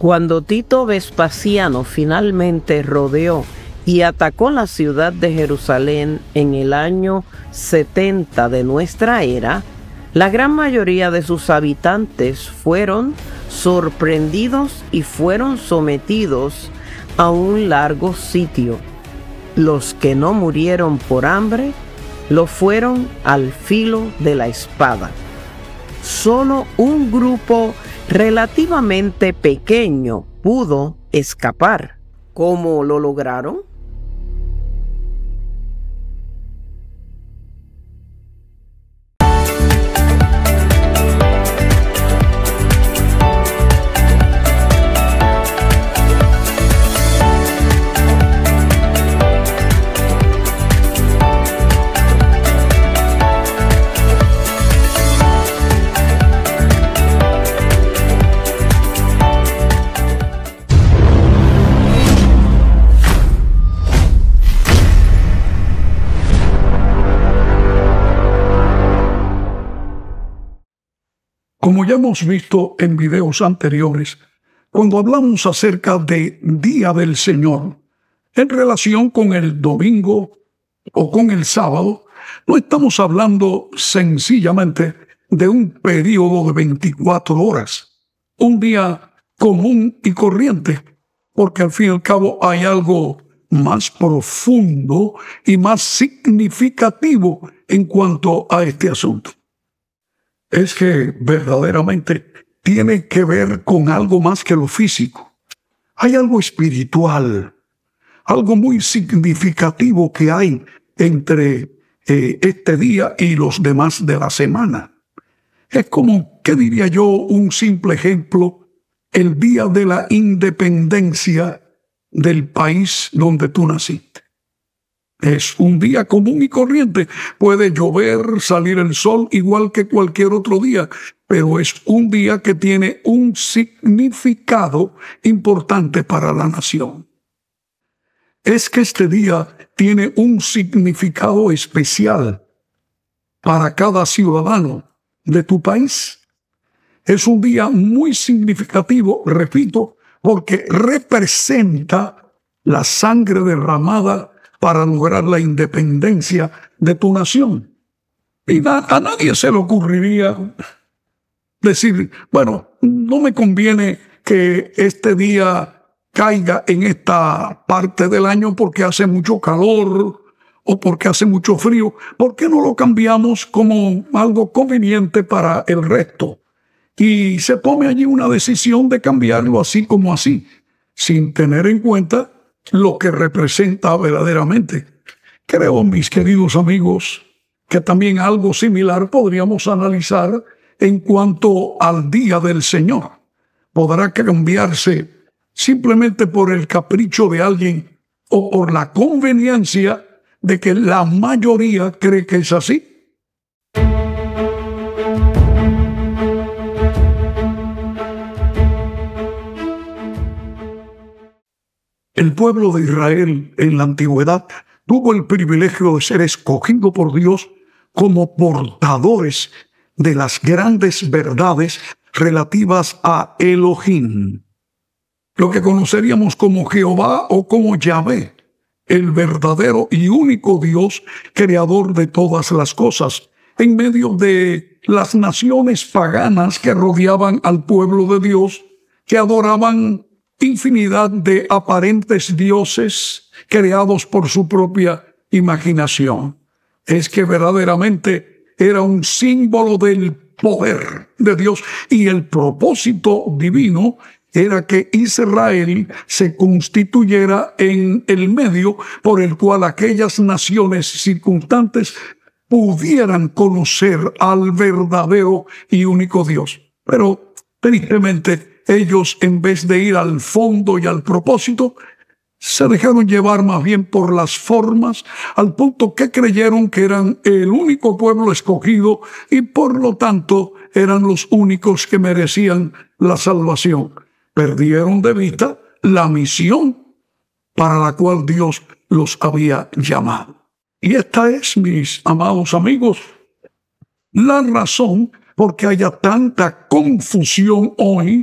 Cuando Tito Vespasiano finalmente rodeó y atacó la ciudad de Jerusalén en el año 70 de nuestra era, la gran mayoría de sus habitantes fueron sorprendidos y fueron sometidos a un largo sitio. Los que no murieron por hambre lo fueron al filo de la espada. Solo un grupo relativamente pequeño pudo escapar. ¿Cómo lo lograron? Como ya hemos visto en videos anteriores, cuando hablamos acerca de Día del Señor, en relación con el domingo o con el sábado, no estamos hablando sencillamente de un periodo de 24 horas, un día común y corriente, porque al fin y al cabo hay algo más profundo y más significativo en cuanto a este asunto. Es que verdaderamente tiene que ver con algo más que lo físico. Hay algo espiritual, algo muy significativo que hay entre este día y los demás de la semana. Es como, ¿qué diría yo? Un simple ejemplo, el día de la independencia del país donde tú naciste. Es un día común y corriente. Puede llover, salir el sol, igual que cualquier otro día, pero es un día que tiene un significado importante para la nación. Es que este día tiene un significado especial para cada ciudadano de tu país. Es un día muy significativo, repito, porque representa la sangre derramada para lograr la independencia de tu nación. Y a nadie se le ocurriría decir, bueno, no me conviene que este día caiga en esta parte del año porque hace mucho calor o porque hace mucho frío. ¿Por qué no lo cambiamos como algo conveniente para el resto? Y se tome allí una decisión de cambiarlo así como así, sin tener en cuenta lo que representa verdaderamente. Creo, mis queridos amigos, que también algo similar podríamos analizar en cuanto al Día del Señor. Podrá cambiarse simplemente por el capricho de alguien o por la conveniencia de que la mayoría cree que es así. El pueblo de Israel en la antigüedad tuvo el privilegio de ser escogido por Dios como portadores de las grandes verdades relativas a Elohim, lo que conoceríamos como Jehová o como Yahvé, el verdadero y único Dios creador de todas las cosas, en medio de las naciones paganas que rodeaban al pueblo de Dios, que adoraban infinidad de aparentes dioses creados por su propia imaginación. Es que verdaderamente era un símbolo del poder de Dios y el propósito divino era que Israel se constituyera en el medio por el cual aquellas naciones circunstantes pudieran conocer al verdadero y único Dios. Pero tristemente, ellos, en vez de ir al fondo y al propósito, se dejaron llevar más bien por las formas, al punto que creyeron que eran el único pueblo escogido y por lo tanto eran los únicos que merecían la salvación. Perdieron de vista la misión para la cual Dios los había llamado. Y esta es, mis amados amigos, la razón por qué haya tanta confusión hoy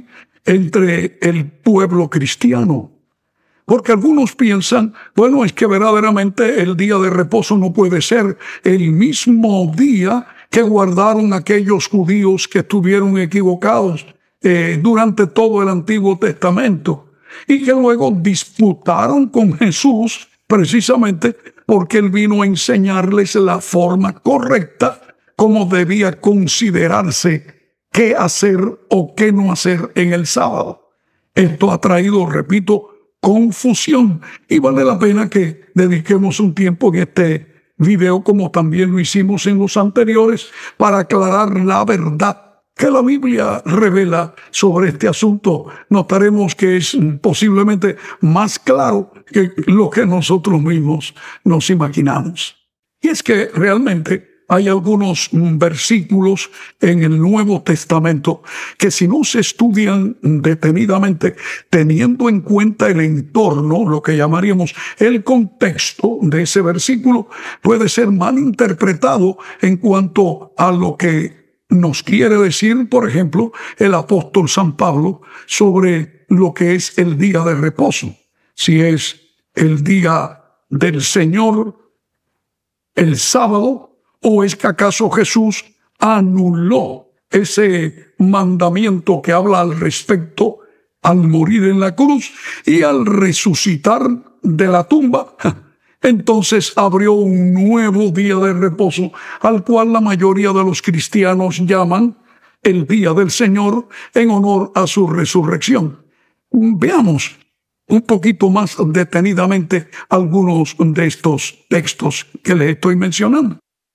entre el pueblo cristiano. Porque algunos piensan, bueno, es que verdaderamente el día de reposo no puede ser el mismo día que guardaron aquellos judíos que estuvieron equivocados durante todo el Antiguo Testamento y que luego disputaron con Jesús precisamente porque él vino a enseñarles la forma correcta como debía considerarse qué hacer o qué no hacer en el sábado. Esto ha traído, repito, confusión y vale la pena que dediquemos un tiempo en este video, como también lo hicimos en los anteriores, para aclarar la verdad que la Biblia revela sobre este asunto. Notaremos que es posiblemente más claro que lo que nosotros mismos nos imaginamos. Y es que realmente hay algunos versículos en el Nuevo Testamento que, si no se estudian detenidamente, teniendo en cuenta el entorno, lo que llamaríamos el contexto de ese versículo, puede ser mal interpretado en cuanto a lo que nos quiere decir, por ejemplo, el apóstol San Pablo sobre lo que es el día de reposo. Si es el día del Señor, el sábado, ¿o es que acaso Jesús anuló ese mandamiento que habla al respecto al morir en la cruz y al resucitar de la tumba? Entonces abrió un nuevo día de reposo, al cual la mayoría de los cristianos llaman el día del Señor en honor a su resurrección. Veamos un poquito más detenidamente algunos de estos textos que les estoy mencionando.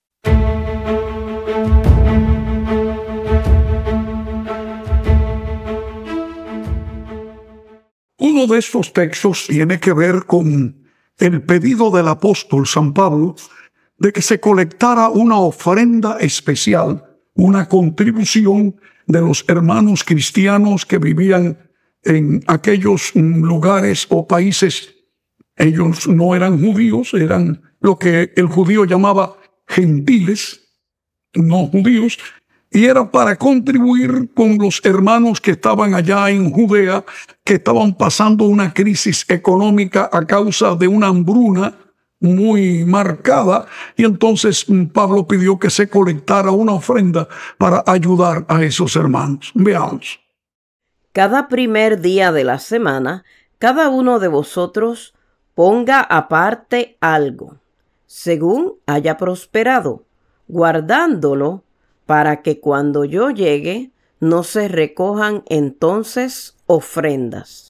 Uno de estos textos tiene que ver con el pedido del apóstol San Pablo de que se colectara una ofrenda especial, una contribución de los hermanos cristianos que vivían en aquellos lugares o países. Ellos no eran judíos, eran lo que el judío llamaba gentiles, no judíos, y era para contribuir con los hermanos que estaban allá en Judea, que estaban pasando una crisis económica a causa de una hambruna muy marcada, y entonces Pablo pidió que se colectara una ofrenda para ayudar a esos hermanos. Veamos. Cada primer día de la semana, cada uno de vosotros ponga aparte algo, según haya prosperado, guardándolo para que cuando yo llegue no se recojan entonces ofrendas.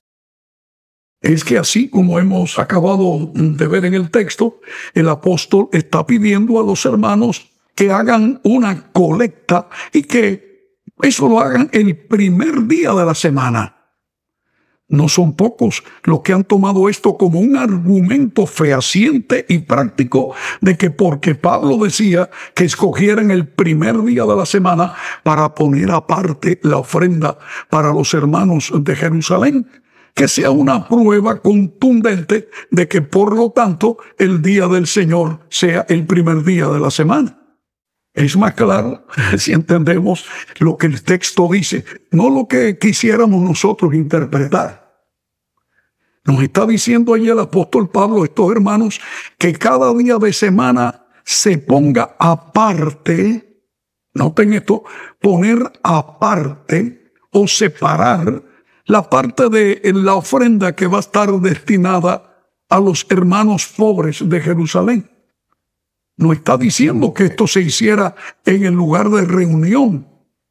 Es que así como hemos acabado de ver en el texto, el apóstol está pidiendo a los hermanos que hagan una colecta y que eso lo hagan el primer día de la semana. No son pocos los que han tomado esto como un argumento fehaciente y práctico de que porque Pablo decía que escogieran el primer día de la semana para poner aparte la ofrenda para los hermanos de Jerusalén, que sea una prueba contundente de que por lo tanto el día del Señor sea el primer día de la semana. Es más claro si entendemos lo que el texto dice, no lo que quisiéramos nosotros interpretar. Nos está diciendo allí el apóstol Pablo, estos hermanos, que cada día de semana se ponga aparte, noten esto, poner aparte o separar la parte de la ofrenda que va a estar destinada a los hermanos pobres de Jerusalén. No está diciendo que esto se hiciera en el lugar de reunión,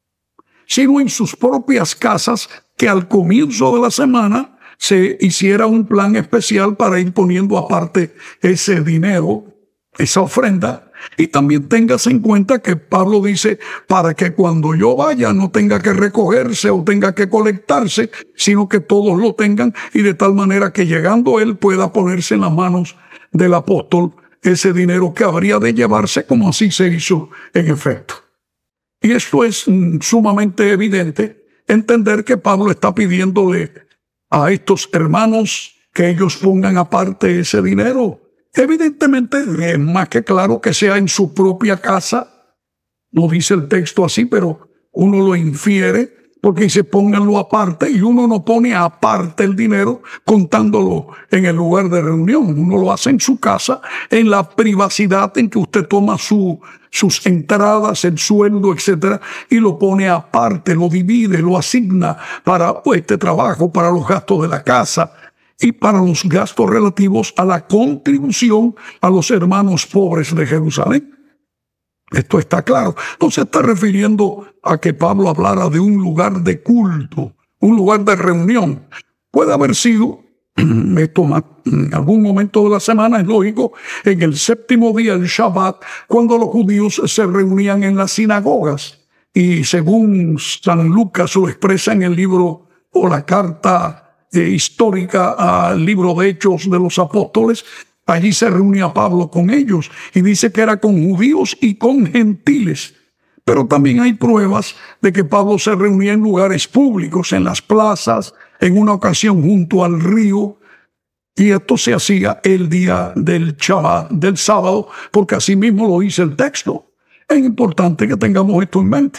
sino en sus propias casas, que al comienzo de la semana se hiciera un plan especial para ir poniendo aparte ese dinero, esa ofrenda. Y también tengas en cuenta que Pablo dice, para que cuando yo vaya no tenga que recogerse o tenga que colectarse, sino que todos lo tengan, y de tal manera que llegando él pueda ponerse en las manos del apóstol ese dinero que habría de llevarse, como así se hizo en efecto. Y esto es sumamente evidente, entender que Pablo está pidiéndole a estos hermanos que ellos pongan aparte ese dinero. Evidentemente es más que claro que sea en su propia casa. No dice el texto así, pero uno lo infiere, porque dice pónganlo aparte, y uno no pone aparte el dinero contándolo en el lugar de reunión. Uno lo hace en su casa, en la privacidad en que usted toma sus entradas, el sueldo, etcétera, y lo pone aparte, lo divide, lo asigna para este trabajo, para los gastos de la casa y para los gastos relativos a la contribución a los hermanos pobres de Jerusalén. Esto está claro. No se está refiriendo a que Pablo hablara de un lugar de culto, un lugar de reunión. Puede haber sido, en algún momento de la semana, es lógico, en el séptimo día del Shabbat, cuando los judíos se reunían en las sinagogas. Y según San Lucas lo expresa en el libro o la carta histórica al libro de Hechos de los Apóstoles, allí se reunía Pablo con ellos y dice que era con judíos y con gentiles. Pero también hay pruebas de que Pablo se reunía en lugares públicos, en las plazas, en una ocasión junto al río. Y esto se hacía el día del Shabbat, del sábado, porque así mismo lo dice el texto. Es importante que tengamos esto en mente.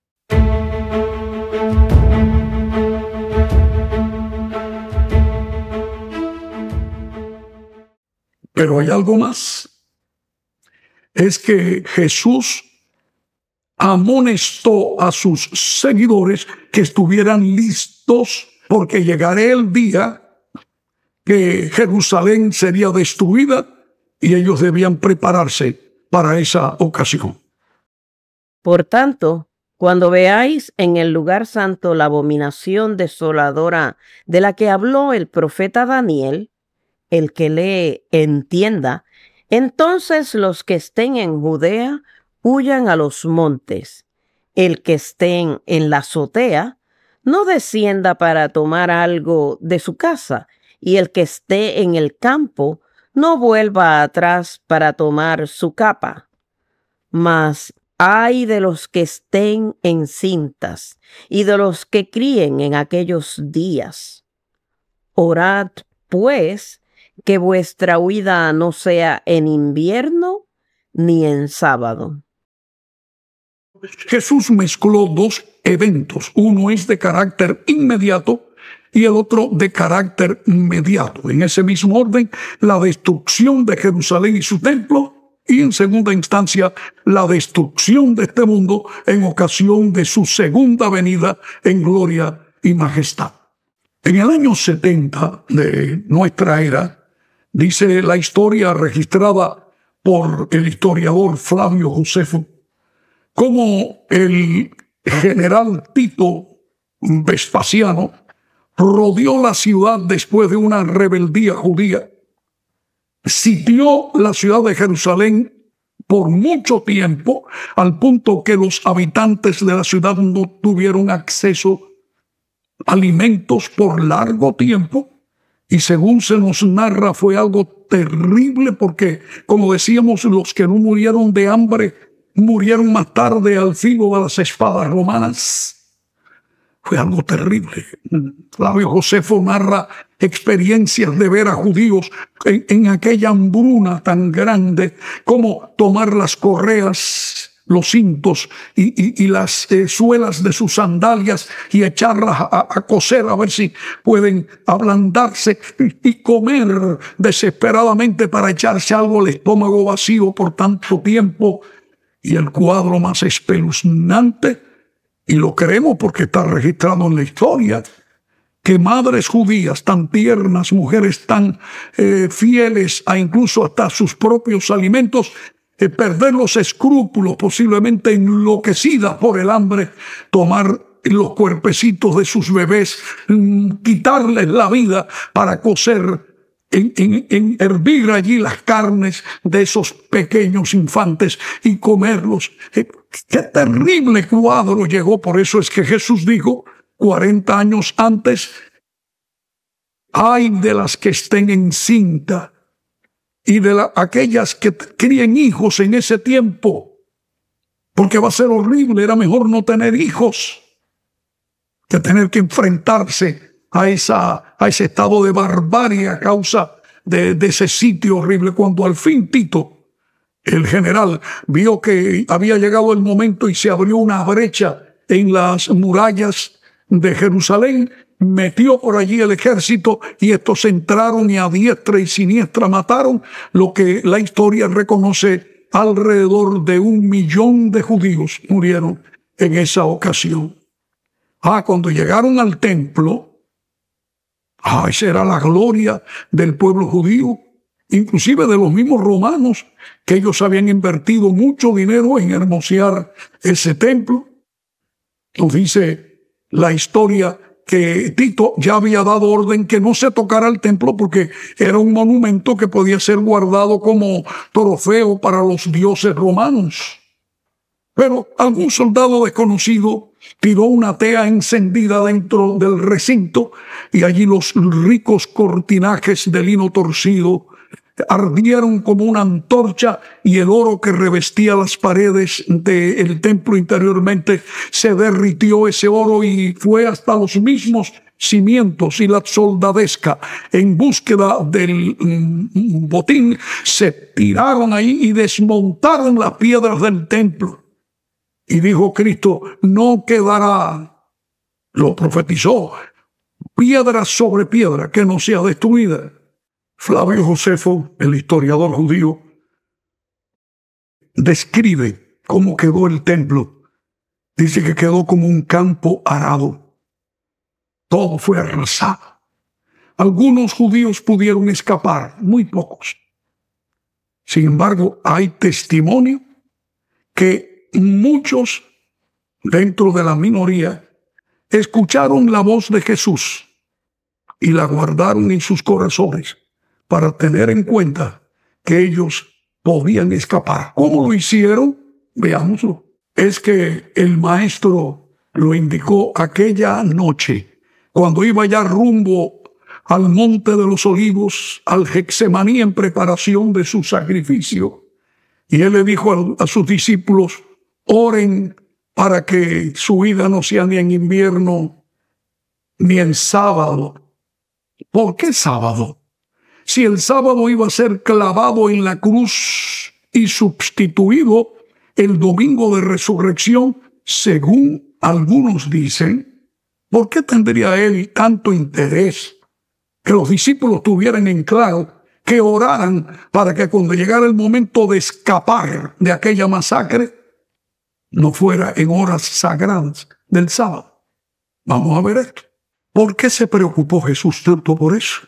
Pero hay algo más. Es que Jesús amonestó a sus seguidores que estuvieran listos porque llegaría el día que Jerusalén sería destruida y ellos debían prepararse para esa ocasión. Por tanto, cuando veáis en el lugar santo la abominación desoladora de la que habló el profeta Daniel, el que lee entienda, entonces los que estén en Judea huyan a los montes. El que estén en la azotea no descienda para tomar algo de su casa, y el que esté en el campo no vuelva atrás para tomar su capa. Mas ay de los que estén encintas y de los que críen en aquellos días. Orad, pues, que vuestra huida no sea en invierno ni en sábado. Jesús mezcló dos eventos. Uno es de carácter inmediato y el otro de carácter mediato. En ese mismo orden, la destrucción de Jerusalén y su templo, y en segunda instancia, la destrucción de este mundo en ocasión de su segunda venida en gloria y majestad. En el año 70 de nuestra era, dice la historia registrada por el historiador Flavio Josefo, como el general Tito Vespasiano rodeó la ciudad después de una rebeldía judía, sitió la ciudad de Jerusalén por mucho tiempo, al punto que los habitantes de la ciudad no tuvieron acceso a alimentos por largo tiempo. Y según se nos narra, fue algo terrible porque, como decíamos, los que no murieron de hambre murieron más tarde al filo de las espadas romanas. Fue algo terrible. Flavio Josefo narra experiencias de ver a judíos en aquella hambruna tan grande, como tomar las correas, los cintos y las suelas de sus sandalias y echarlas a coser a ver si pueden ablandarse y comer desesperadamente para echarse algo al estómago vacío por tanto tiempo. Y el cuadro más espeluznante, y lo creemos porque está registrado en la historia, que madres judías tan tiernas, mujeres tan fieles a incluso hasta sus propios alimentos, perder los escrúpulos, posiblemente enloquecidas por el hambre, tomar los cuerpecitos de sus bebés, quitarles la vida para cocer, en hervir allí las carnes de esos pequeños infantes y comerlos. ¡Qué terrible cuadro llegó! Por eso es que Jesús dijo 40 años antes: ay de las que estén encinta y de aquellas que críen hijos en ese tiempo, porque va a ser horrible. Era mejor no tener hijos que tener que enfrentarse a ese estado de barbarie a causa de ese sitio horrible. Cuando al fin Tito, el general, vio que había llegado el momento y se abrió una brecha en las murallas de Jerusalén, metió por allí el ejército y estos entraron y a diestra y siniestra mataron lo que la historia reconoce. Alrededor de 1 millón de judíos murieron en esa ocasión. Cuando llegaron al templo, esa era la gloria del pueblo judío, inclusive de los mismos romanos, que ellos habían invertido mucho dinero en hermosear ese templo. Nos dice la historia que Tito ya había dado orden que no se tocara el templo porque era un monumento que podía ser guardado como trofeo para los dioses romanos. Pero algún soldado desconocido tiró una tea encendida dentro del recinto y allí los ricos cortinajes de lino torcido ardieron como una antorcha y el oro que revestía las paredes del templo interiormente se derritió ese oro y fue hasta los mismos cimientos, y la soldadesca en búsqueda del botín se tiraron ahí y desmontaron las piedras del templo. Y dijo Cristo, no quedará, lo profetizó, piedra sobre piedra que no sea destruida. Flavio Josefo, el historiador judío, describe cómo quedó el templo. Dice que quedó como un campo arado. Todo fue arrasado. Algunos judíos pudieron escapar, muy pocos. Sin embargo, hay testimonio que muchos dentro de la minoría escucharon la voz de Jesús y la guardaron en sus corazones para tener en cuenta que ellos podían escapar. ¿Cómo lo hicieron? Veámoslo. Es que el maestro lo indicó aquella noche, cuando iba ya rumbo al monte de los olivos, al Getsemaní, en preparación de su sacrificio. Y él le dijo a sus discípulos, oren para que su vida no sea ni en invierno ni en sábado. ¿Por qué sábado? Si el sábado iba a ser clavado en la cruz y sustituido el domingo de resurrección, según algunos dicen, ¿por qué tendría él tanto interés que los discípulos tuvieran en claro, que oraran para que cuando llegara el momento de escapar de aquella masacre, no fuera en horas sagradas del sábado? Vamos a ver esto. ¿Por qué se preocupó Jesús tanto por eso?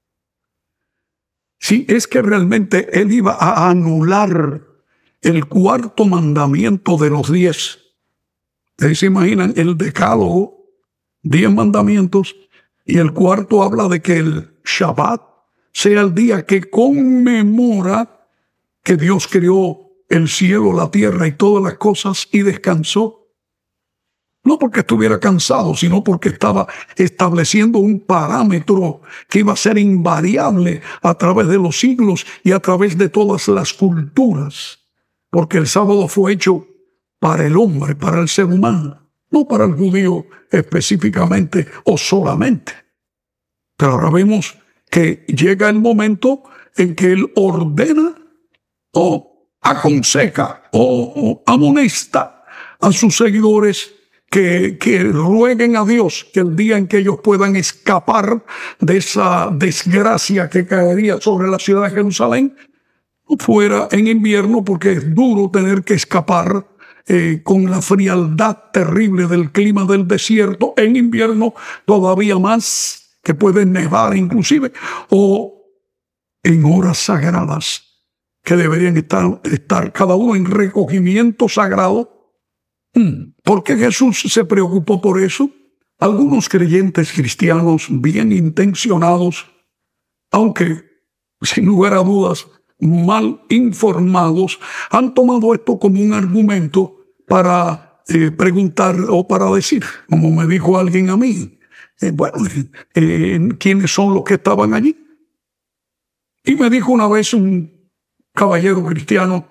Si es que realmente él iba a anular el 4º mandamiento de los 10. Ustedes se imaginan el decálogo, 10 mandamientos, y el 4º habla de que el Shabbat sea el día que conmemora que Dios creó el cielo, la tierra y todas las cosas y descansó. No porque estuviera cansado, sino porque estaba estableciendo un parámetro que iba a ser invariable a través de los siglos y a través de todas las culturas. Porque el sábado fue hecho para el hombre, para el ser humano, no para el judío específicamente o solamente. Pero ahora vemos que llega el momento en que él ordena o aconseja o amonesta a sus seguidores que rueguen a Dios que el día en que ellos puedan escapar de esa desgracia que caería sobre la ciudad de Jerusalén no fuera en invierno, porque es duro tener que escapar con la frialdad terrible del clima del desierto. En invierno todavía más, que puede nevar inclusive, o en horas sagradas que deberían estar cada uno en recogimiento sagrado. ¿Por qué Jesús se preocupó por eso? Algunos creyentes cristianos bien intencionados, aunque sin lugar a dudas mal informados, han tomado esto como un argumento para preguntar o para decir, como me dijo alguien a mí, ¿quiénes son los que estaban allí? Y me dijo una vez un caballero cristiano,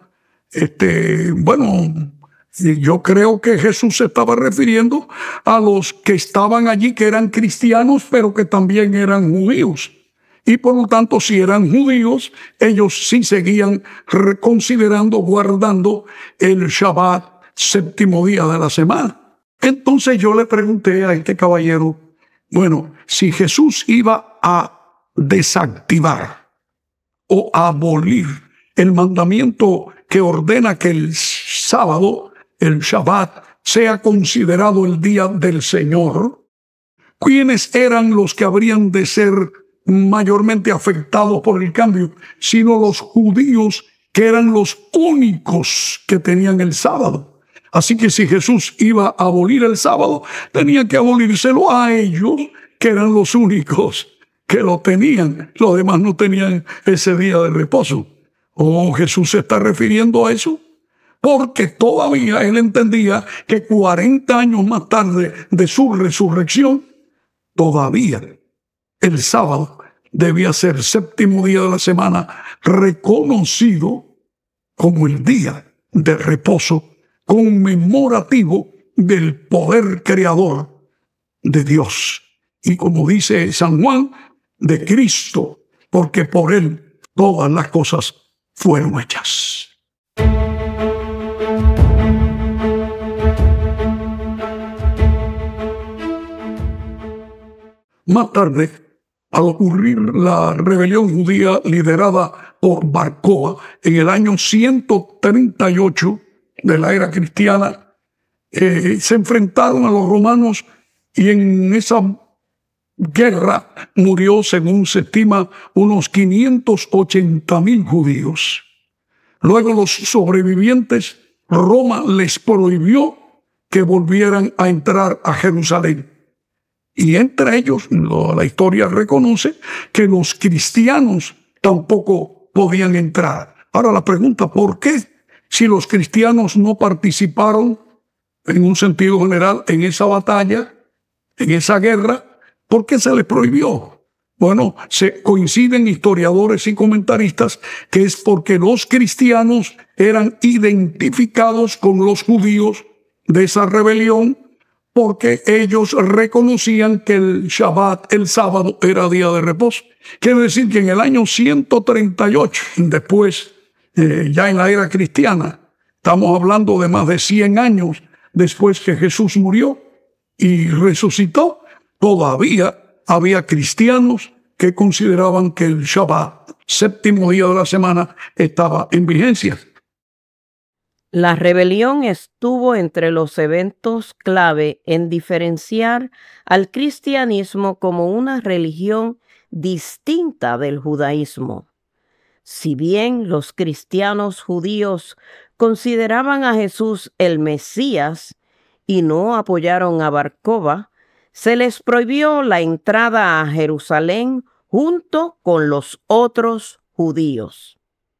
yo creo que Jesús se estaba refiriendo a los que estaban allí, que eran cristianos, pero que también eran judíos. Y por lo tanto, si eran judíos, ellos sí seguían considerando, guardando el Shabbat, 7º día de la semana. Entonces yo le pregunté a este caballero, bueno, si Jesús iba a desactivar o abolir el mandamiento que ordena que el sábado, el Shabbat, sea considerado el día del Señor, ¿quiénes eran los que habrían de ser mayormente afectados por el cambio? Sino los judíos, que eran los únicos que tenían el sábado. Así que si Jesús iba a abolir el sábado, tenía que abolírselo a ellos, que eran los únicos que lo tenían. Los demás no tenían ese día de reposo. ¿Oh, Jesús se está refiriendo a eso? Porque todavía él entendía que 40 años más tarde de su resurrección, todavía el sábado debía ser séptimo día de la semana, reconocido como el día de reposo conmemorativo del poder creador de Dios. Y como dice San Juan, de Cristo, porque por él todas las cosas fueron hechas. Más tarde, al ocurrir la rebelión judía liderada por Bar Kokhba en el año 138 de la era cristiana, se enfrentaron a los romanos y en esa guerra murió, según se estima, unos 580,000 judíos. Luego los sobrevivientes, Roma les prohibió que volvieran a entrar a Jerusalén. Y entre ellos, la historia reconoce que los cristianos tampoco podían entrar. Ahora la pregunta, ¿por qué? Si los cristianos no participaron en un sentido general en esa batalla, en esa guerra, ¿por qué se les prohibió? Bueno, se coinciden historiadores y comentaristas que es porque los cristianos eran identificados con los judíos de esa rebelión, porque ellos reconocían que el Shabbat, el sábado, era día de reposo. Quiere decir que en el año 138, después, ya en la era cristiana, estamos hablando de más de 100 años después que Jesús murió y resucitó, todavía había cristianos que consideraban que el Shabbat, séptimo día de la semana, estaba en vigencia. La rebelión estuvo entre los eventos clave en diferenciar al cristianismo como una religión distinta del judaísmo. Si bien los cristianos judíos consideraban a Jesús el Mesías y no apoyaron a Bar Kokhba, se les prohibió la entrada a Jerusalén junto con los otros judíos.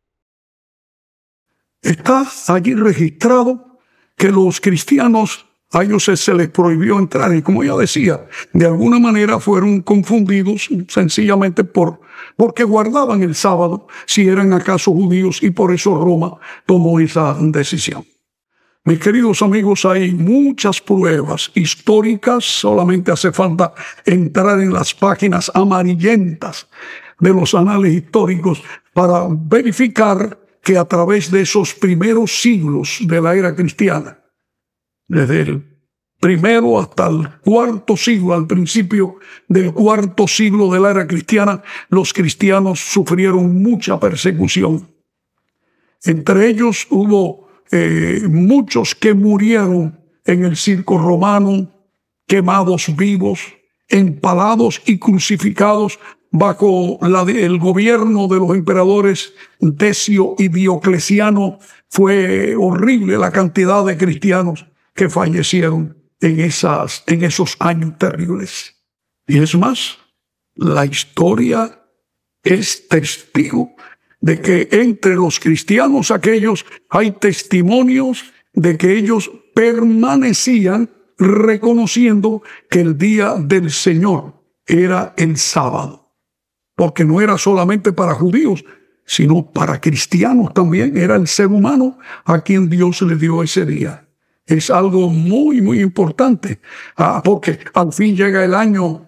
Está allí registrado que los cristianos, a ellos se les prohibió entrar. Y como ya decía, de alguna manera fueron confundidos sencillamente porque guardaban el sábado, si eran acaso judíos, y por eso Roma tomó esa decisión. Mis queridos amigos, hay muchas pruebas históricas, solamente hace falta entrar en las páginas amarillentas de los anales históricos para verificar que a través de esos primeros siglos de la era cristiana, desde el primero hasta el cuarto siglo, al principio del cuarto siglo de la era cristiana, los cristianos sufrieron mucha persecución. Entre ellos hubo muchos que murieron en el circo romano, quemados vivos, empalados y crucificados bajo el gobierno de los emperadores Decio y Diocleciano. Fue horrible la cantidad de cristianos que fallecieron en esos años terribles. Y es más, la historia es testigo de que entre los cristianos aquellos hay testimonios de que ellos permanecían reconociendo que el día del Señor era el sábado. Porque no era solamente para judíos, sino para cristianos también. Era el ser humano a quien Dios le dio ese día. Es algo muy, muy importante, porque al fin llega el año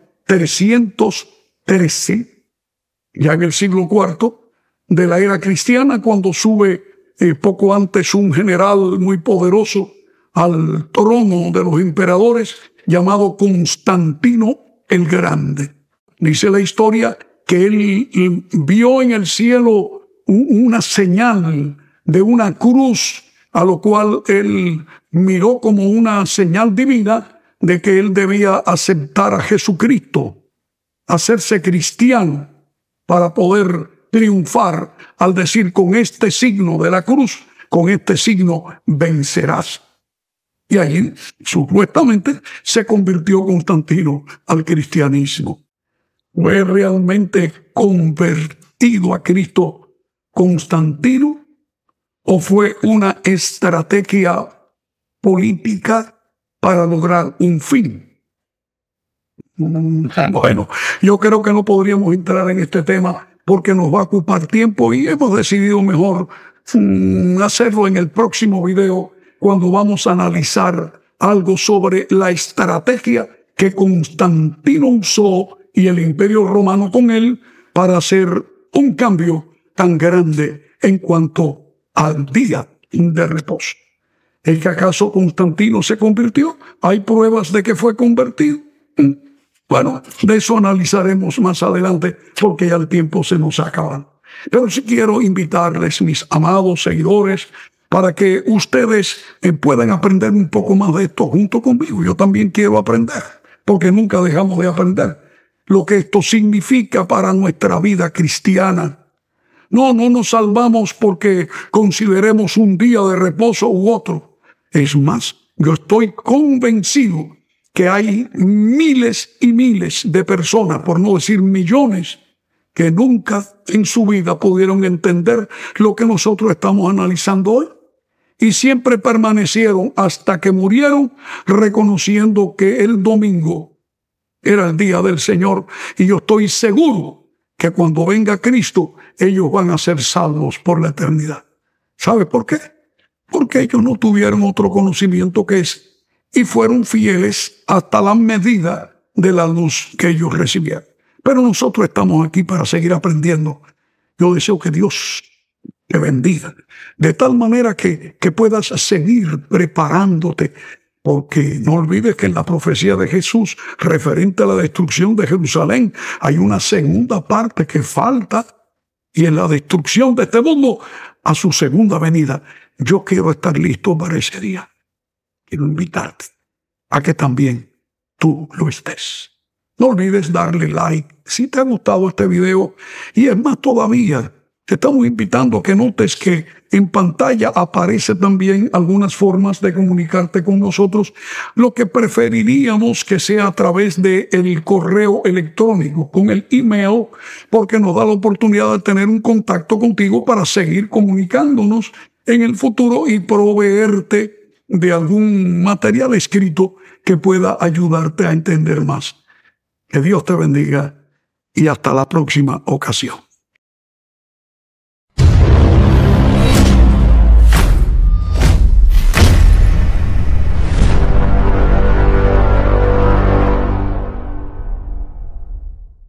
313, ya en el siglo IV de la era cristiana, cuando sube poco antes un general muy poderoso al trono de los emperadores llamado Constantino el Grande. Dice la historia que él vio en el cielo una señal de una cruz, a lo cual él miró como una señal divina de que él debía aceptar a Jesucristo, hacerse cristiano, para poder triunfar al decir: con este signo de la cruz, con este signo vencerás. Y allí supuestamente se convirtió Constantino al cristianismo. ¿Fue realmente convertido a Cristo Constantino o fue una estrategia política para lograr un fin? Bueno, yo creo que no podríamos entrar en este tema porque nos va a ocupar tiempo y hemos decidido mejor hacerlo en el próximo video, cuando vamos a analizar algo sobre la estrategia que Constantino usó y el Imperio Romano con él para hacer un cambio tan grande en cuanto al día de reposo. ¿Es que acaso Constantino se convirtió? ¿Hay pruebas de que fue convertido? Bueno, de eso analizaremos más adelante porque ya el tiempo se nos acaba. Pero sí quiero invitarles, mis amados seguidores, para que ustedes puedan aprender un poco más de esto junto conmigo. Yo también quiero aprender, porque nunca dejamos de aprender lo que esto significa para nuestra vida cristiana. No nos salvamos porque consideremos un día de reposo u otro. Es más, yo estoy convencido que hay miles y miles de personas, por no decir millones, que nunca en su vida pudieron entender lo que nosotros estamos analizando hoy. Y siempre permanecieron hasta que murieron reconociendo que el domingo era el día del Señor. Y yo estoy seguro que cuando venga Cristo, ellos van a ser salvos por la eternidad. ¿Sabe por qué? Porque ellos no tuvieron otro conocimiento que ese y fueron fieles hasta la medida de la luz que ellos recibieron. Pero nosotros estamos aquí para seguir aprendiendo. Yo deseo que Dios te bendiga, de tal manera que puedas seguir preparándote, porque no olvides que en la profecía de Jesús referente a la destrucción de Jerusalén hay una segunda parte que falta, y en la destrucción de este mundo a su segunda venida. Yo quiero estar listo para ese día. Quiero invitarte a que también tú lo estés. No olvides darle like si te ha gustado este video, y es más todavía, te estamos invitando a que notes que en pantalla aparece también algunas formas de comunicarte con nosotros, lo que preferiríamos que sea a través del correo electrónico, con el email, porque nos da la oportunidad de tener un contacto contigo para seguir comunicándonos en el futuro y proveerte de algún material escrito que pueda ayudarte a entender más. Que Dios te bendiga y hasta la próxima ocasión.